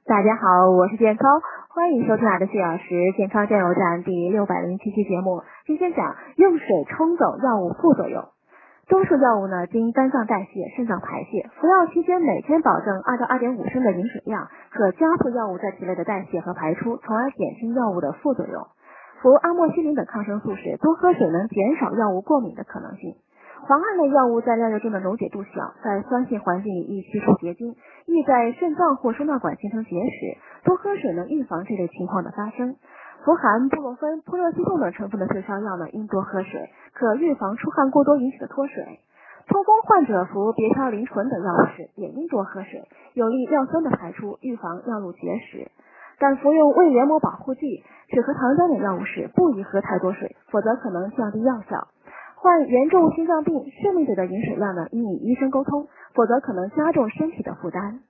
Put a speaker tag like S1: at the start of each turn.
S1: 大家好，我是健康，欢迎收听24小时健康加油站第607期节目。今天讲用水冲走药物副作用。多数药物呢经肝脏代谢、肾脏排泄，服药期间每天保证2到2.5升的饮水量，可加速药物在体内的代谢和排出，从而减轻药物的副作用。服阿莫西林等抗生素时，多喝水能减少药物过敏的可能性。磺胺类药物在尿液中的溶解度小，在酸性环境里易吸收结晶，易在肾脏或输尿管形成结石。多喝水能预防这类情况的发生。富含布洛芬、扑热息痛等成分的退烧药呢，应多喝水，可预防出汗过多引起的脱水。痛风患者服别嘌呤醇等药物时，也应多喝水，有利尿酸的排出，预防尿路结石。但服用胃黏膜保护剂、止咳糖浆等药物时，不宜喝太多水，否则可能降低药效。患严重心脏病、肾病者的饮水量呢，应与医生沟通，否则可能加重身体的负担。